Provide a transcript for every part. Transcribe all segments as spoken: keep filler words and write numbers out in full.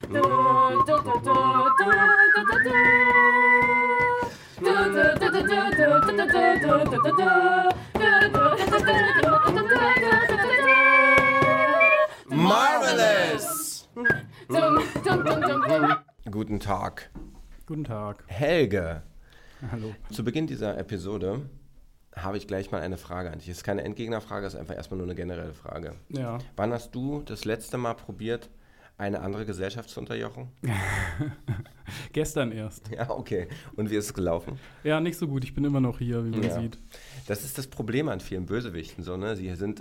Marvelous! Guten Tag. Guten Tag. Helge. Hallo. Zu Beginn dieser Episode habe ich gleich mal eine Frage an dich. Es ist keine Endgegnerfrage, es ist einfach erstmal nur eine generelle Frage. Ja. Wann hast du das letzte Mal probiert, eine andere Gesellschaft zu unterjochen? Gestern erst. Ja, okay. Und wie ist es gelaufen? Ja, nicht so gut. Ich bin immer noch hier, wie man Ja. sieht. Das ist das Problem an vielen Bösewichten, so, ne? Sie sind,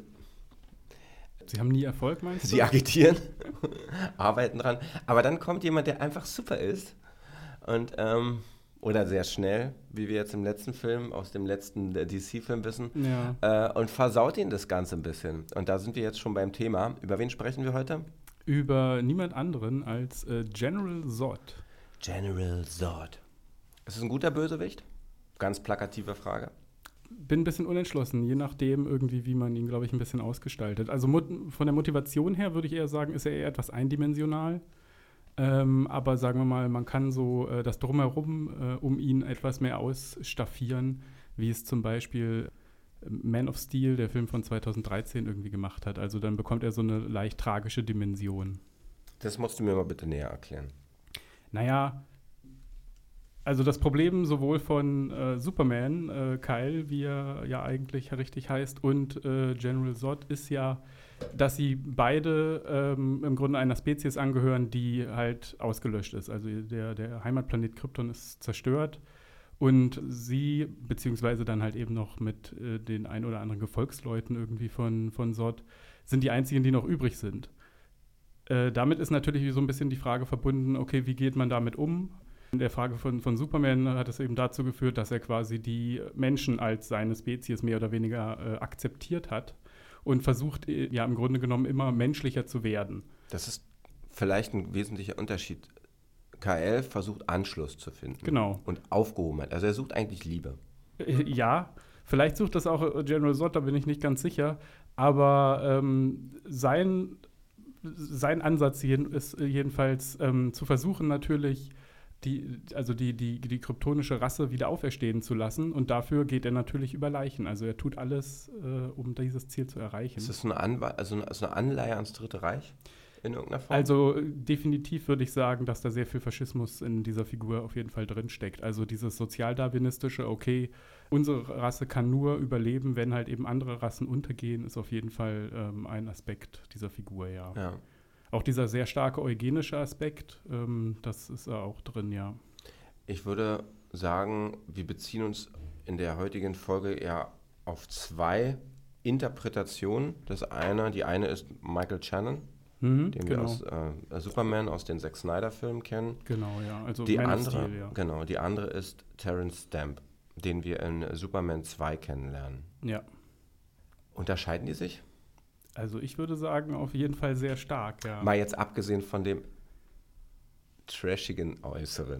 Sie haben nie Erfolg, meinst du? sie agitieren, arbeiten dran, aber dann kommt jemand, der einfach super ist und, ähm, oder sehr schnell, wie wir jetzt im letzten Film, aus dem letzten D C-Film wissen, Ja. äh, und versaut ihnen das Ganze ein bisschen. Und da sind wir jetzt schon beim Thema. Über wen sprechen wir heute? Über niemand anderen als äh, General Zod. General Zod. Ist es ein guter Bösewicht? Ganz plakative Frage. Bin ein bisschen unentschlossen, je nachdem irgendwie, wie man ihn, glaube ich, ein bisschen ausgestaltet. Also mot- von der Motivation her würde ich eher sagen, ist er eher etwas eindimensional. Ähm, aber sagen wir mal, man kann so äh, das Drumherum äh, um ihn etwas mehr ausstaffieren, wie es zum Beispiel Man of Steel, der Film von zweitausenddreizehn, irgendwie gemacht hat. Also dann bekommt er so eine leicht tragische Dimension. Das musst du mir mal bitte näher erklären. Naja, also das Problem sowohl von äh, Superman, äh, Kyle, wie er ja eigentlich richtig heißt, und äh, General Zod ist ja, dass sie beide ähm, im Grunde einer Spezies angehören, die halt ausgelöscht ist. Also der, der Heimatplanet Krypton ist zerstört und sie, beziehungsweise dann halt eben noch mit äh, den ein oder anderen Gefolgsleuten irgendwie von, von Zod, sind die einzigen, die noch übrig sind. Äh, damit ist natürlich so ein bisschen die Frage verbunden, okay, wie geht man damit um? In der Frage von, von Superman hat es eben dazu geführt, dass er quasi die Menschen als seine Spezies mehr oder weniger äh, akzeptiert hat und versucht, äh, ja im Grunde genommen immer menschlicher zu werden. Das ist vielleicht ein wesentlicher Unterschied. K L versucht Anschluss zu finden. Genau. Und Aufgehobenheit. Also er sucht eigentlich Liebe. Äh, ja, vielleicht sucht das auch General Zod, da bin ich nicht ganz sicher. Aber ähm, sein, sein Ansatz jeden, ist jedenfalls ähm, zu versuchen, natürlich die, also die, die, die kryptonische Rasse wieder auferstehen zu lassen. Und dafür geht er natürlich über Leichen. Also er tut alles, äh, um dieses Ziel zu erreichen. Ist das eine, Anwe- also eine, also eine Anleihe ans Dritte Reich in irgendeiner Form? Also äh, definitiv würde ich sagen, dass da sehr viel Faschismus in dieser Figur auf jeden Fall drinsteckt. Also dieses sozialdarwinistische, okay, unsere Rasse kann nur überleben, wenn halt eben andere Rassen untergehen, ist auf jeden Fall ähm, ein Aspekt dieser Figur, ja. Ja. Auch dieser sehr starke eugenische Aspekt, ähm, das ist auch drin, ja. Ich würde sagen, wir beziehen uns in der heutigen Folge ja auf zwei Interpretationen. Das eine, die eine ist Michael Shannon, Mhm, den genau. wir aus äh, Superman, aus den Zack Snyder-Filmen kennen. Genau, ja. Also Die Man of andere, Steel, ja. genau, die andere ist Terence Stamp, den wir in Superman zwei kennenlernen. Ja. Unterscheiden die sich? Also ich würde sagen, auf jeden Fall sehr stark, ja. Mal jetzt abgesehen von dem trashigen Äußeren.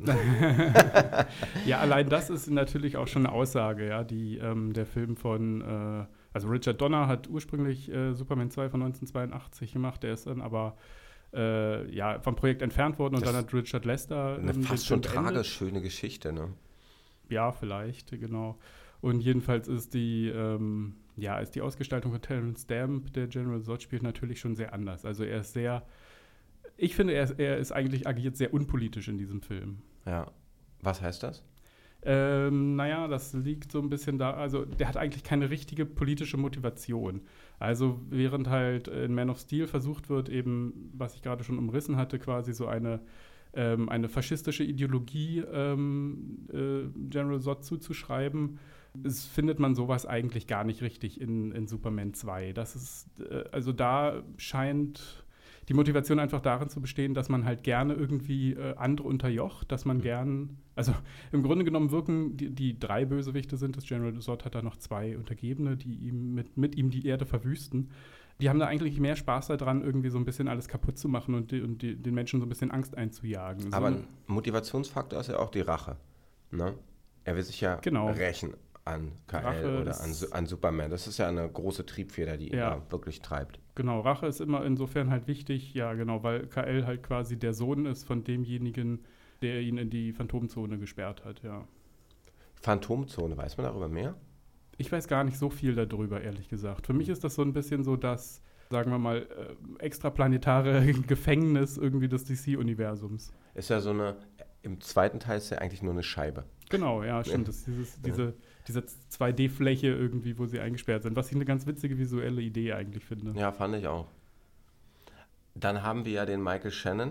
Ja, allein das ist natürlich auch schon eine Aussage, ja, die ähm, der Film von, äh, also Richard Donner hat ursprünglich äh, Superman zwei von neunzehnhundertzweiundachtzig gemacht, der ist dann aber äh, ja, vom Projekt entfernt worden und Das dann hat Richard Lester Eine ähm, fast den schon Film beendet. tragisch schöne Geschichte, ne? Ja, vielleicht, genau. Und jedenfalls ist die, ähm, ja, ist die Ausgestaltung von Terence Stamp, der General Zod spielt, natürlich schon sehr anders. Also er ist sehr, ich finde, er ist, er ist eigentlich agiert sehr unpolitisch in diesem Film. Ja. Was heißt das? Ähm, naja, das liegt so ein bisschen da, also der hat eigentlich keine richtige politische Motivation. Also während halt in Man of Steel versucht wird, eben, was ich gerade schon umrissen hatte, quasi so eine ähm, eine faschistische Ideologie ähm, äh, General Zod zuzuschreiben, es findet man sowas eigentlich gar nicht richtig in, in Superman zwei. Das ist, äh, also da scheint die Motivation einfach darin zu bestehen, dass man halt gerne irgendwie äh, andere unterjocht, dass man gern, also im Grunde genommen wirken die, die drei Bösewichte sind es, General Zod hat da noch zwei Untergebene, die ihm mit, mit ihm die Erde verwüsten. Die haben da eigentlich mehr Spaß daran, irgendwie so ein bisschen alles kaputt zu machen und, die, und die, den Menschen so ein bisschen Angst einzujagen. So Aber eine, ein Motivationsfaktor ist ja auch die Rache. Ne? Er will sich ja Genau. rächen an K L Rache oder an, ist- an Superman. Das ist ja eine große Triebfeder, die ihn Ja. da wirklich treibt. Genau, Rache ist immer insofern halt wichtig, ja genau, weil K L halt quasi der Sohn ist von demjenigen, der ihn in die Phantomzone gesperrt hat, ja. Phantomzone, weiß man darüber mehr? Ich weiß gar nicht so viel darüber, ehrlich gesagt. Für mich ist das so ein bisschen so das, sagen wir mal, äh, extraplanetare Gefängnis irgendwie des D C-Universums. Ist ja so eine, im zweiten Teil ist ja eigentlich nur eine Scheibe. Genau, ja, stimmt. Das ist dieses, diese, diese zwei D-Fläche irgendwie, wo sie eingesperrt sind, was ich eine ganz witzige visuelle Idee eigentlich finde. Ja, fand ich auch. Dann haben wir ja den Michael Shannon.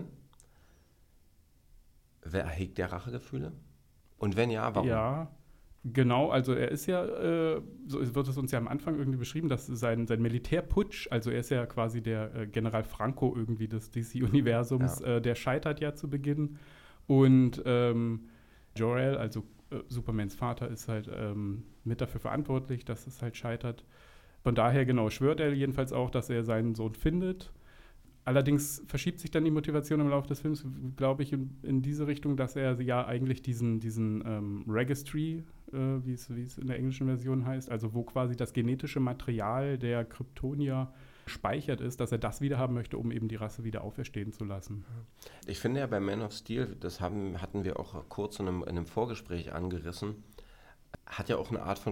Wer hegt der Rachegefühle? Und wenn ja, warum? Ja, genau, also er ist ja, äh, so wird es uns ja am Anfang irgendwie beschrieben, dass sein, sein Militärputsch, also er ist ja quasi der äh, General Franco irgendwie des D C-Universums, Ja. äh, der scheitert ja zu Beginn. Und ähm, Jor-El, also äh, Supermans Vater, ist halt ähm, mit dafür verantwortlich, dass es halt scheitert. Von daher, genau, schwört er jedenfalls auch, dass er seinen Sohn findet. Allerdings verschiebt sich dann die Motivation im Laufe des Films, glaube ich, in, in diese Richtung, dass er ja eigentlich diesen, diesen ähm, Registry, äh, wie es wie es in der englischen Version heißt, also wo quasi das genetische Material der Kryptonier speichert ist, dass er das wieder haben möchte, um eben die Rasse wieder auferstehen zu lassen. Ich finde ja bei Man of Steel, das haben, hatten wir auch kurz in einem, in einem Vorgespräch angerissen, hat ja auch eine Art von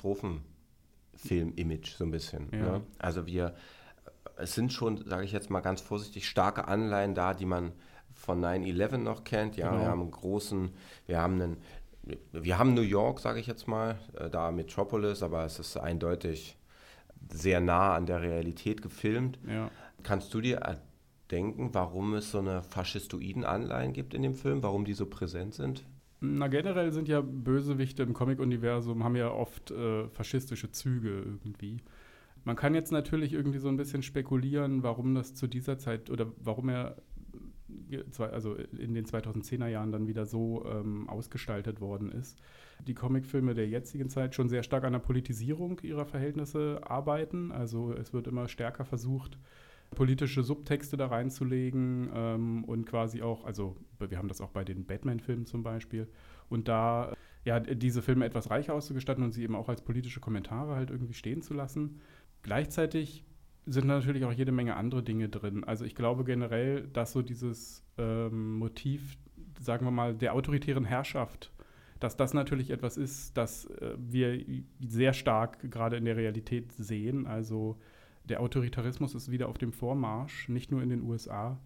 Katastrophenfilm-Image so ein bisschen. Ja. Ne? Also wir, es sind schon, sage ich jetzt mal ganz vorsichtig, starke Anleihen da, die man von neun elf noch kennt. Ja, Genau. wir haben einen großen, wir haben einen, wir haben New York, sage ich jetzt mal, äh, da Metropolis, aber es ist eindeutig sehr nah an der Realität gefilmt. Ja. Kannst du dir denken, warum es so eine faschistoiden Anleihen gibt in dem Film, warum die so präsent sind? Na, generell sind ja Bösewichte im Comic-Universum, haben ja oft äh, faschistische Züge irgendwie. Man kann jetzt natürlich irgendwie so ein bisschen spekulieren, warum das zu dieser Zeit oder warum er äh, zwei- also in den zweitausendzehner Jahren dann wieder so ähm, ausgestaltet worden ist. Die Comicfilme der jetzigen Zeit schon sehr stark an der Politisierung ihrer Verhältnisse arbeiten. Also es wird immer stärker versucht, politische Subtexte da reinzulegen ähm, und quasi auch, also wir haben das auch bei den Batman-Filmen zum Beispiel, und da ja, diese Filme etwas reicher auszustatten und sie eben auch als politische Kommentare halt irgendwie stehen zu lassen. Gleichzeitig sind natürlich auch jede Menge andere Dinge drin. Also ich glaube generell, dass so dieses ähm, Motiv, sagen wir mal, der autoritären Herrschaft, dass das natürlich etwas ist, das äh, wir sehr stark gerade in der Realität sehen. Also der Autoritarismus ist wieder auf dem Vormarsch, nicht nur in den U S A.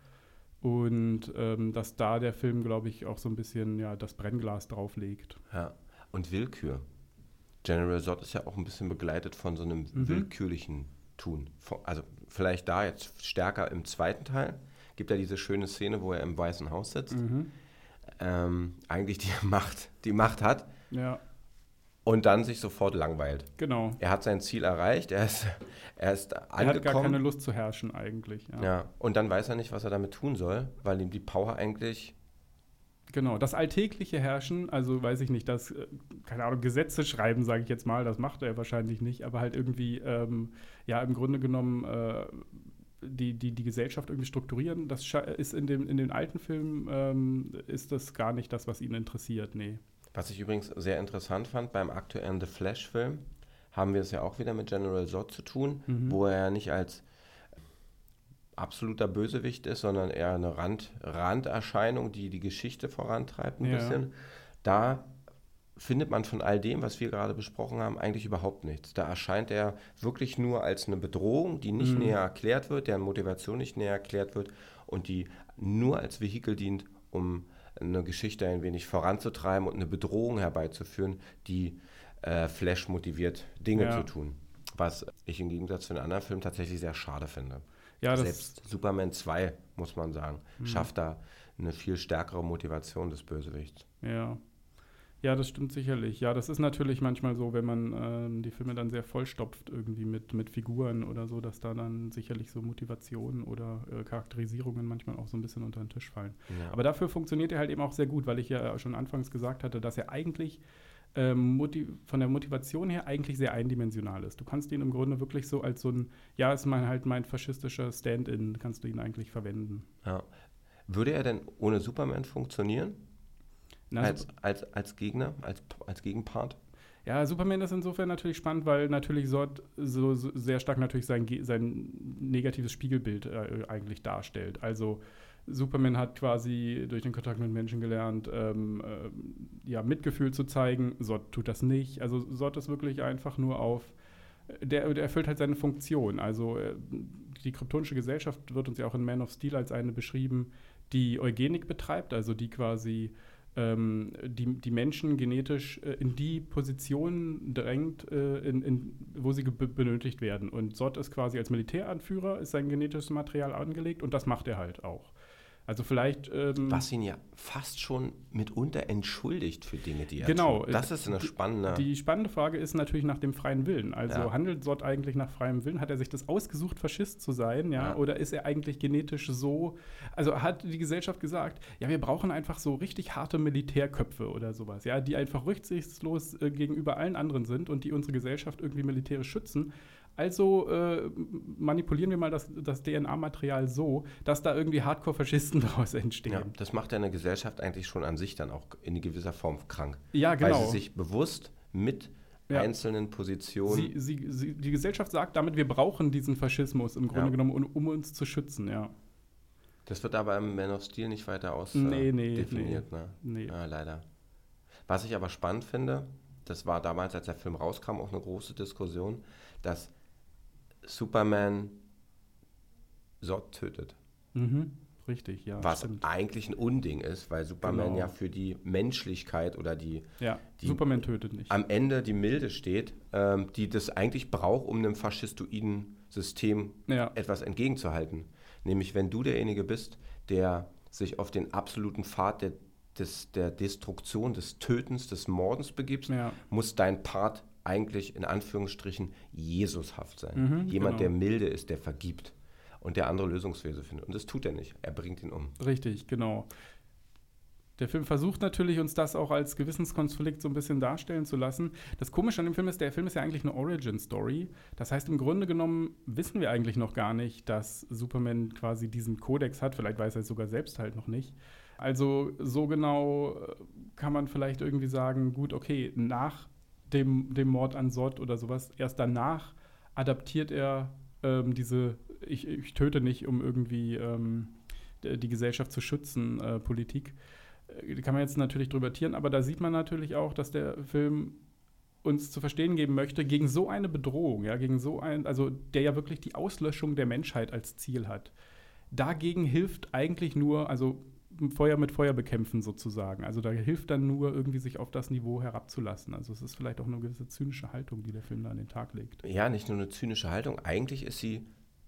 Und ähm, dass da der Film, glaube ich, auch so ein bisschen ja, das Brennglas drauflegt. Ja. Und Willkür. General Zod ist ja auch ein bisschen begleitet von so einem Mhm. willkürlichen Tun. Von- Also vielleicht da jetzt stärker im zweiten Teil. Gibt ja diese schöne Szene, wo er im Weißen Haus sitzt. Mhm. Ähm, eigentlich die Macht, die Macht hat Ja, und dann sich sofort langweilt. genau. Er hat sein Ziel erreicht, er ist, er ist Er angekommen. hat gar keine Lust zu herrschen eigentlich. Ja. Ja, und dann weiß er nicht, was er damit tun soll, weil ihm die Power eigentlich, Genau, das alltägliche Herrschen, also weiß ich nicht, das, äh, keine Ahnung, Gesetze schreiben, sage ich jetzt mal, das macht er wahrscheinlich nicht, aber halt irgendwie, ähm, ja, im Grunde genommen äh, die, die, die Gesellschaft irgendwie strukturieren, das scha- ist in, dem, in den alten Filmen, ähm, ist das gar nicht das, was ihn interessiert, nee. was ich übrigens sehr interessant fand, beim aktuellen The Flash-Film haben wir es ja auch wieder mit General Zod zu tun, Mhm. wo er ja nicht als absoluter Bösewicht ist, sondern eher eine Rand, Randerscheinung, die die Geschichte vorantreibt ein Ja. bisschen. Da findet man von all dem, was wir gerade besprochen haben, eigentlich überhaupt nichts. Da erscheint er wirklich nur als eine Bedrohung, die nicht Mhm. näher erklärt wird, deren Motivation nicht näher erklärt wird und die nur als Vehikel dient, um eine Geschichte ein wenig voranzutreiben und eine Bedrohung herbeizuführen, die äh, Flash motiviert, Dinge Ja. zu tun. Was ich im Gegensatz zu den anderen Filmen tatsächlich sehr schade finde. Ja, das, Selbst Superman zwei, muss man sagen, Mhm. schafft da eine viel stärkere Motivation des Bösewichts. ja. Ja, das stimmt sicherlich. Ja, das ist natürlich manchmal so, wenn man ähm, die Filme dann sehr vollstopft irgendwie mit, mit Figuren oder so, dass da dann sicherlich so Motivationen oder äh, Charakterisierungen manchmal auch so ein bisschen unter den Tisch fallen. Ja. Aber dafür funktioniert er halt eben auch sehr gut, weil ich ja schon anfangs gesagt hatte, dass er eigentlich ähm, motiv- von der Motivation her eigentlich sehr eindimensional ist. Du kannst ihn im Grunde wirklich so als so ein, ja, ist mein halt mein faschistischer Stand-in, kannst du ihn eigentlich verwenden. Ja. Würde er denn ohne Superman funktionieren? Na, Als, als, als Gegner, als, als Gegenpart? Ja, Superman ist insofern natürlich spannend, weil natürlich Zod so, so sehr stark natürlich sein, sein negatives Spiegelbild äh, eigentlich darstellt. Also Superman hat quasi durch den Kontakt mit Menschen gelernt, ähm, äh, ja, Mitgefühl zu zeigen. Zod tut das nicht. Also Zod ist wirklich einfach nur auf, der, der erfüllt halt seine Funktion. Also äh, die kryptonische Gesellschaft wird uns ja auch in Man of Steel als eine beschrieben, die Eugenik betreibt, also die quasi ähm, die, die Menschen genetisch äh, in die Position drängt, äh, in, in, wo sie be- benötigt werden. Und Zod ist quasi als Militäranführer, ist sein genetisches Material angelegt und das macht er halt auch. Also vielleicht ähm, Was ihn ja fast schon mitunter entschuldigt für Dinge, die er genau, tut. Das ist eine spannende... Die spannende Frage ist natürlich nach dem freien Willen. Also Ja. handelt Zod eigentlich nach freiem Willen? Hat er sich das ausgesucht, Faschist zu sein? Ja? Ja. Oder ist er eigentlich genetisch so... Also hat die Gesellschaft gesagt, ja, wir brauchen einfach so richtig harte Militärköpfe oder sowas, ja, die einfach rücksichtslos äh, gegenüber allen anderen sind und die unsere Gesellschaft irgendwie militärisch schützen. Also äh, manipulieren wir mal das, das D N A-Material so, dass da irgendwie Hardcore-Faschisten daraus entstehen. Ja, das macht ja eine Gesellschaft eigentlich schon an sich dann auch in gewisser Form krank. Ja, genau. Weil sie sich bewusst mit Ja. einzelnen Positionen... Sie, sie, sie, die Gesellschaft sagt damit, wir brauchen diesen Faschismus im Grunde Ja. genommen, um, um uns zu schützen, ja. Das wird aber im Man of Steel nicht weiter aus Nee, äh, nee, definiert. Ne? Nee. Ah, leider. Was ich aber spannend finde, das war damals, als der Film rauskam, auch eine große Diskussion, dass Superman Zod tötet. Mhm. Richtig, ja. Was stimmt. eigentlich ein Unding ist, weil Superman Genau. ja für die Menschlichkeit oder die Ja, die- Superman tötet nicht. am Ende die Milde steht, ähm, die das eigentlich braucht, um einem faschistoiden System Ja. etwas entgegenzuhalten. Nämlich, wenn du derjenige bist, der sich auf den absoluten Pfad der, des, der Destruktion, des Tötens, des Mordens begibst, Ja. muss dein Part eigentlich in Anführungsstrichen Jesushaft sein. Mhm, Jemand, genau. der milde ist, der vergibt und der andere Lösungswege findet. Und das tut er nicht. Er bringt ihn um. Richtig, genau. Der Film versucht natürlich, uns das auch als Gewissenskonflikt so ein bisschen darstellen zu lassen. Das Komische an dem Film ist, der Film ist ja eigentlich eine Origin-Story. Das heißt, im Grunde genommen wissen wir eigentlich noch gar nicht, dass Superman quasi diesen Kodex hat. Vielleicht weiß er es sogar selbst halt noch nicht. Also so genau äh, kann man vielleicht irgendwie sagen, gut, okay, nach dem, dem Mord an Zod oder sowas, erst danach adaptiert er ähm, diese ich, ich töte nicht, um irgendwie ähm, die Gesellschaft zu schützen, äh, Politik. Äh, kann man jetzt natürlich drüber tieren, aber da sieht man natürlich auch, dass der Film uns zu verstehen geben möchte, gegen so eine Bedrohung, ja, gegen so ein, also der ja wirklich die Auslöschung der Menschheit als Ziel hat. Dagegen hilft eigentlich nur, also Feuer mit Feuer bekämpfen sozusagen. Also da hilft dann nur irgendwie sich auf das Niveau herabzulassen. Also es ist vielleicht auch eine gewisse zynische Haltung, die der Film da an den Tag legt. Ja, nicht nur eine zynische Haltung, eigentlich ist sie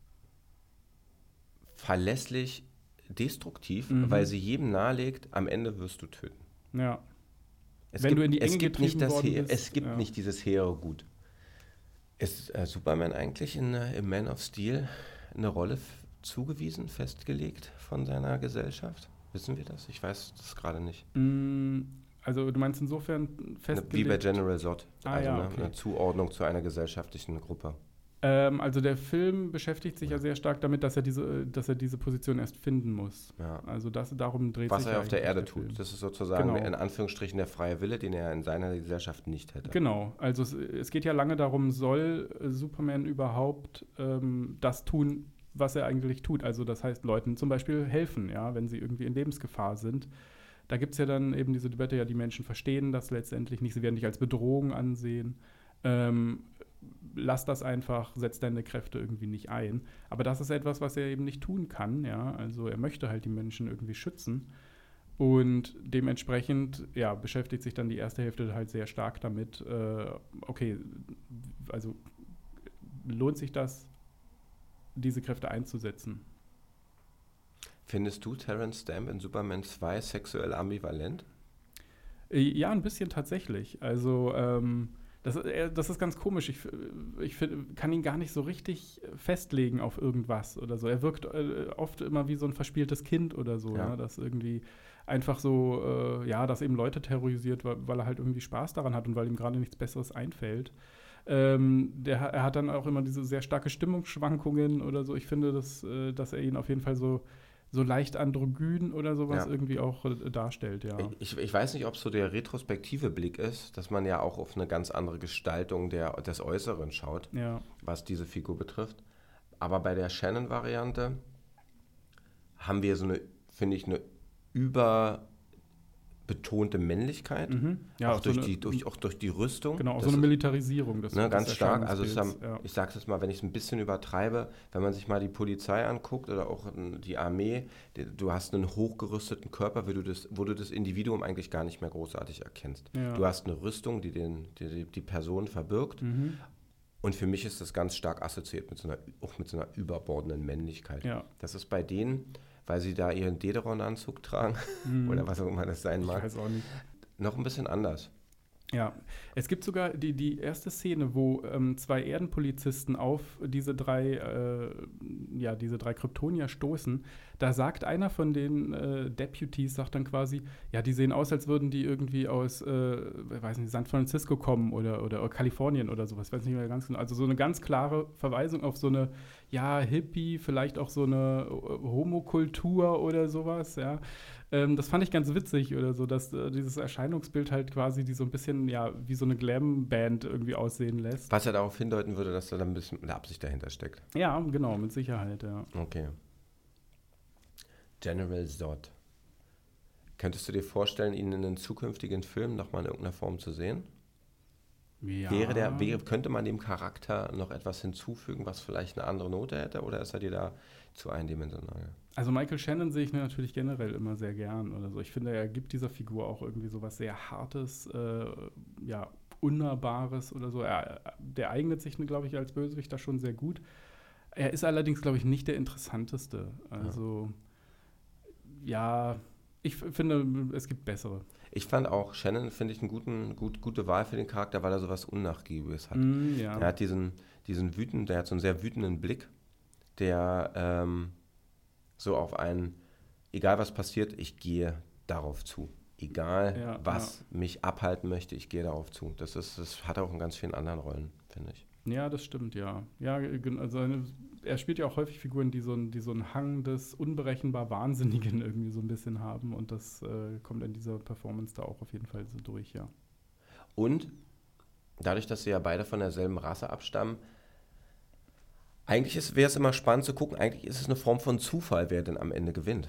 verlässlich destruktiv, Mhm. weil sie jedem nahelegt, am Ende wirst du töten. Ja. Es Wenn gibt, du in die es Enge gibt nicht getrieben das worden He- bist, Es gibt ja. nicht dieses hehre Gut. Ist äh, Superman eigentlich in, äh, im Man of Steel eine Rolle f- zugewiesen, festgelegt von seiner Gesellschaft? Wissen wir das? Ich weiß das gerade nicht. Mm, Also du meinst insofern Ne, festgelegt? Wie bei General Zod. Ah, also ja, ne, okay. eine Zuordnung zu einer gesellschaftlichen Gruppe. Ähm, also der Film beschäftigt sich ja sehr stark damit, dass er diese, dass er diese Position erst finden muss. Ja. Also das, darum dreht Was sich er auf der eigentlich Erde Film. tut. Das ist sozusagen Genau. in Anführungsstrichen der freie Wille, den er in seiner Gesellschaft nicht hätte. Genau, also es, es geht ja lange darum, soll äh, Superman überhaupt ähm, das tun, was er eigentlich tut? Also das heißt, Leuten zum Beispiel helfen, ja, wenn sie irgendwie in Lebensgefahr sind. Da gibt es ja dann eben diese Debatte, ja, die Menschen verstehen das letztendlich nicht, sie werden dich als Bedrohung ansehen. Ähm, lass das einfach, setz deine Kräfte irgendwie nicht ein. Aber das ist etwas, was er eben nicht tun kann, ja. Also er möchte halt die Menschen irgendwie schützen. Und dementsprechend, ja, beschäftigt sich dann die erste Hälfte halt sehr stark damit, äh, okay, also lohnt sich das, diese Kräfte einzusetzen? Findest du Terence Stamp in Superman zwei sexuell ambivalent? Äh, Ja, ein bisschen tatsächlich. Also, ähm, das, äh, das ist ganz komisch. Ich, f- ich find, kann ihn gar nicht so richtig festlegen auf irgendwas oder so. Er wirkt äh, oft immer wie so ein verspieltes Kind oder so, Ja. ja. Das irgendwie einfach so, äh, ja, das eben Leute terrorisiert, weil, weil er halt irgendwie Spaß daran hat und weil ihm gerade nichts Besseres einfällt. Ähm, der, ha- er hat dann auch immer diese sehr starke Stimmungsschwankungen oder so. Ich finde, dass, äh, dass er ihn auf jeden Fall so so leicht androgyn oder sowas Ja. irgendwie auch äh, darstellt, ja. Ich, ich weiß nicht, ob es so der retrospektive Blick ist, dass man ja auch auf eine ganz andere Gestaltung der, des Äußeren schaut, Ja. was diese Figur betrifft. Aber bei der Shannon-Variante haben wir so eine, finde ich, eine überbetonte Männlichkeit, Mhm. Ja, auch, so durch eine- die, durch, auch durch die Rüstung. Genau, auch Das so eine ist- Militarisierung des, Ne, des ganz stark. Also es haben, Erscheinungsbilds, ja. ich sage es mal, wenn ich es ein bisschen übertreibe, wenn man sich mal die Polizei anguckt oder auch die Armee, die, du hast einen hochgerüsteten Körper, wo du, das, wo du das Individuum eigentlich gar nicht mehr großartig erkennst. Ja. Du hast eine Rüstung, die den, die, die Person verbirgt. Mhm. Und für mich ist das ganz stark assoziiert mit so einer, auch mit so einer überbordenden Männlichkeit. Ja. Das ist bei denen, weil sie da ihren Dederon-Anzug tragen Mhm. oder was auch immer das sein Ich mag, weiß auch nicht. noch ein bisschen anders. Ja, es gibt sogar die, die erste Szene, wo ähm, zwei Erdenpolizisten auf diese drei, äh, ja, diese drei Kryptonier stoßen. Da sagt einer von den äh, Deputies, sagt dann quasi, ja, die sehen aus, als würden die irgendwie aus, äh, ich weiß nicht, San Francisco kommen oder, oder, oder Kalifornien oder sowas, ich weiß nicht mehr ganz genau. Also so eine ganz klare Verweisung auf so eine, ja, Hippie, vielleicht auch so eine äh, Homokultur oder sowas, ja. Ähm, das fand ich ganz witzig oder so, dass äh, dieses Erscheinungsbild halt quasi die so ein bisschen, ja, wie so eine Glam-Band irgendwie aussehen lässt. Was ja darauf hindeuten würde, dass da dann ein bisschen eine Absicht dahinter steckt. Ja, genau, mit Sicherheit, ja. Okay. General Zod. Könntest du dir vorstellen, ihn in einem zukünftigen Film nochmal in irgendeiner Form zu sehen? Ja. Wäre der, wäre, könnte man dem Charakter noch etwas hinzufügen, was vielleicht eine andere Note hätte? Oder ist er dir da zu eindimensional? Also Michael Shannon sehe ich natürlich generell immer sehr gern oder so. Ich finde, er gibt dieser Figur auch irgendwie so was sehr Hartes, äh, ja, Unnahbares oder so. Er, der eignet sich, glaube ich, als Bösewicht da schon sehr gut. Er ist allerdings, glaube ich, nicht der interessanteste. Also, ja, ja ich f- finde, es gibt bessere. Ich fand auch Shannon, finde ich, eine guten, gut, gute Wahl für den Charakter, weil er sowas Unnachgiebiges hat. Mm, ja. Er hat diesen, diesen wütenden, der hat so einen sehr wütenden Blick, der ähm, so auf einen, egal was passiert, ich gehe darauf zu. Egal Ja, was mich abhalten möchte, ich gehe darauf zu. Das ist, das hat er auch in ganz vielen anderen Rollen, finde ich. Ja, das stimmt, ja. Ja, gen- also eine, er spielt ja auch häufig Figuren, die so, einen, die so einen Hang des unberechenbar Wahnsinnigen irgendwie so ein bisschen haben und das äh, kommt in dieser Performance da auch auf jeden Fall so durch, ja. Und dadurch, dass sie ja beide von derselben Rasse abstammen, eigentlich wäre es immer spannend zu gucken, eigentlich ist es eine Form von Zufall, wer denn am Ende gewinnt.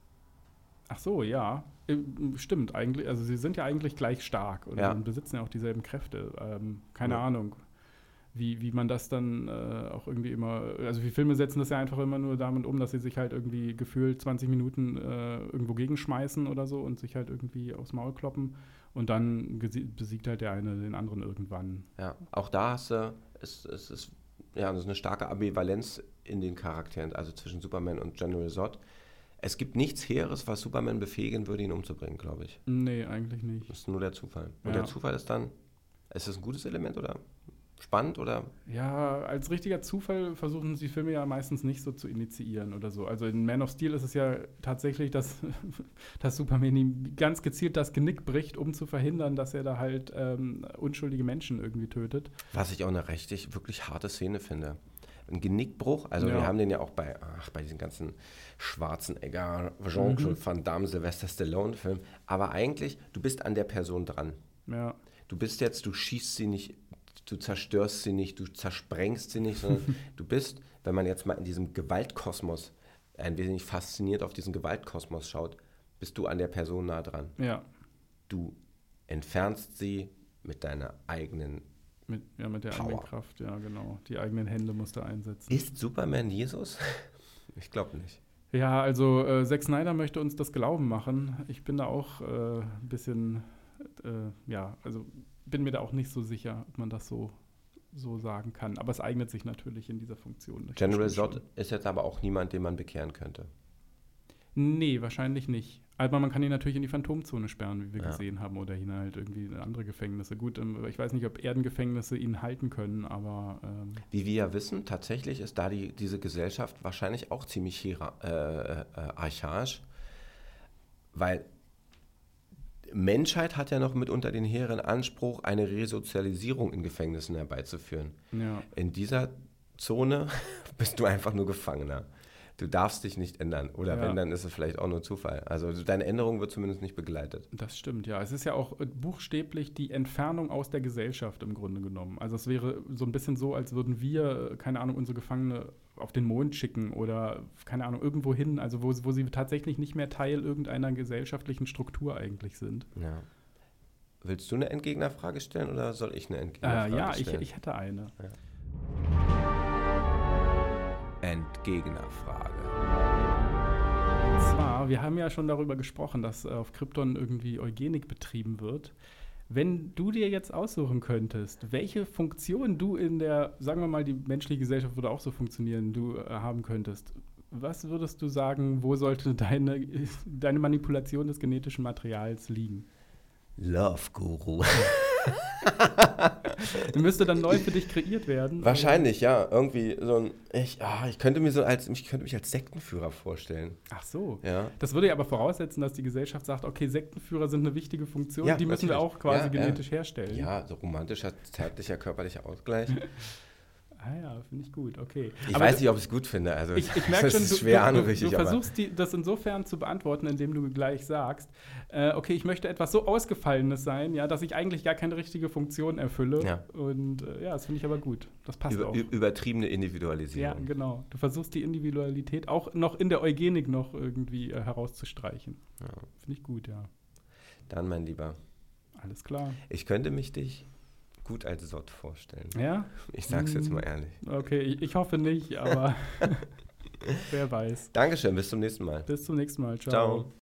Ach so, ja. Ähm, Stimmt, eigentlich, also sie sind ja eigentlich gleich stark und, Ja. und besitzen ja auch dieselben Kräfte. Ähm, keine Ja. Ahnung, wie, wie man das dann äh, auch irgendwie immer, also die Filme setzen das ja einfach immer nur damit um, dass sie sich halt irgendwie gefühlt zwanzig Minuten äh, irgendwo gegenschmeißen oder so und sich halt irgendwie aufs Maul kloppen und dann gesi- besiegt halt der eine den anderen irgendwann. Ja, auch da hast du, es, es ist ja, das ist eine starke Ambivalenz in den Charakteren, also zwischen Superman und General Zod. Es gibt nichts Heeres, was Superman befähigen würde, ihn umzubringen, glaube ich. Nee, eigentlich nicht. Das ist nur der Zufall. Und Ja. der Zufall ist dann, ist das ein gutes Element oder spannend oder? Ja, als richtiger Zufall versuchen die Filme ja meistens nicht so zu initiieren oder so. Also in Man of Steel ist es ja tatsächlich, dass, dass Superman ihm ganz gezielt das Genick bricht, um zu verhindern, dass er da halt ähm, unschuldige Menschen irgendwie tötet. Was ich auch eine richtig, wirklich harte Szene finde. Ein Genickbruch, also Ja. wir haben den ja auch bei, ach, bei diesen ganzen Schwarzenegger, Jean-Claude Mhm. Van Damme, Sylvester Stallone-Filmen. Aber eigentlich, du bist an der Person dran. Ja, Du bist jetzt, du schießt sie nicht, du zerstörst sie nicht, du zersprengst sie nicht, sondern du bist, wenn man jetzt mal in diesem Gewaltkosmos ein wenig fasziniert auf diesen Gewaltkosmos schaut, bist du an der Person nah dran. ja. Du entfernst sie mit deiner eigenen. Mit, ja, mit der Power. eigenen Kraft, ja, genau. Die eigenen Hände musst du einsetzen. Ist Superman Jesus? Ich glaube nicht. Ja, also äh, Zack Snyder möchte uns das Glauben machen. Ich bin da auch äh, ein bisschen, äh, ja, also bin mir da auch nicht so sicher, ob man das so, so sagen kann. Aber es eignet sich natürlich in dieser Funktion. Das General stimmt Zod ist jetzt aber auch niemand, den man bekehren könnte. schon. Nee, wahrscheinlich nicht. Aber man kann ihn natürlich in die Phantomzone sperren, wie wir Ja. gesehen haben, oder ihn halt irgendwie in andere Gefängnisse. Gut, ähm, ich weiß nicht, ob Erdengefängnisse ihn halten können, aber ähm, Wie wir ja wissen, tatsächlich ist da die, diese Gesellschaft wahrscheinlich auch ziemlich hiera- äh, äh, archaisch, weil Menschheit hat ja noch mitunter den hehren Anspruch, eine Resozialisierung in Gefängnissen herbeizuführen. ja. In dieser Zone bist du einfach nur Gefangener. Du darfst dich nicht ändern. Oder Ja. wenn, dann ist es vielleicht auch nur Zufall. Also deine Änderung wird zumindest nicht begleitet. Das stimmt, ja. Es ist ja auch äh, buchstäblich die Entfernung aus der Gesellschaft im Grunde genommen. Also es wäre so ein bisschen so, als würden wir, äh, keine Ahnung, unsere Gefangene auf den Mond schicken oder, keine Ahnung, irgendwo hin, also wo, wo sie tatsächlich nicht mehr Teil irgendeiner gesellschaftlichen Struktur eigentlich sind. Ja. Willst du eine Entgegnerfrage stellen oder soll ich eine Entgegnerfrage Äh, ja, ich, stellen? ich hätte eine. Entgegnerfrage. Und zwar, wir haben ja schon darüber gesprochen, dass äh, auf Krypton irgendwie Eugenik betrieben wird. Wenn du dir jetzt aussuchen könntest, welche Funktion du in der, sagen wir mal, die menschliche Gesellschaft würde auch so funktionieren, du äh, haben könntest, was würdest du sagen, wo sollte deine, deine Manipulation des genetischen Materials liegen? Love Guru. Müsste dann neu für dich kreiert werden? Wahrscheinlich, ja. Irgendwie so ein. Ich, ah, ich könnte mir so als, ich könnte mich als Sektenführer vorstellen. Ach so. Ja. Das würde ja aber voraussetzen, dass die Gesellschaft sagt, okay, Sektenführer sind eine wichtige Funktion, Ja, die müssen wir natürlich. auch quasi Ja, genetisch ja. herstellen. Ja, so romantischer, zeitlicher, körperlicher Ausgleich. Ah ja, finde ich gut, okay. Ich aber weiß du, nicht, ob ich es gut finde. Also, ich, ich merke das schon, ist du, schwer du, anrüchig, du aber versuchst die, das insofern zu beantworten, indem du gleich sagst, äh, okay, ich möchte etwas so Ausgefallenes sein, ja, dass ich eigentlich gar keine richtige Funktion erfülle. Ja. Und äh, ja, das finde ich aber gut. Das passt über, auch. übertriebene Ja, Individualisierung. genau. Du versuchst die Individualität auch noch in der Eugenik noch irgendwie äh, herauszustreichen. Ja. Finde ich gut, ja. Dann, mein Lieber, Alles klar. ich könnte mich dich gut als Sott vorstellen. Ja? Ich sag's jetzt Hm. mal ehrlich. Okay, ich, ich hoffe nicht, aber wer weiß. Dankeschön, bis zum nächsten Mal. Bis zum nächsten Mal. Ciao. Ciao.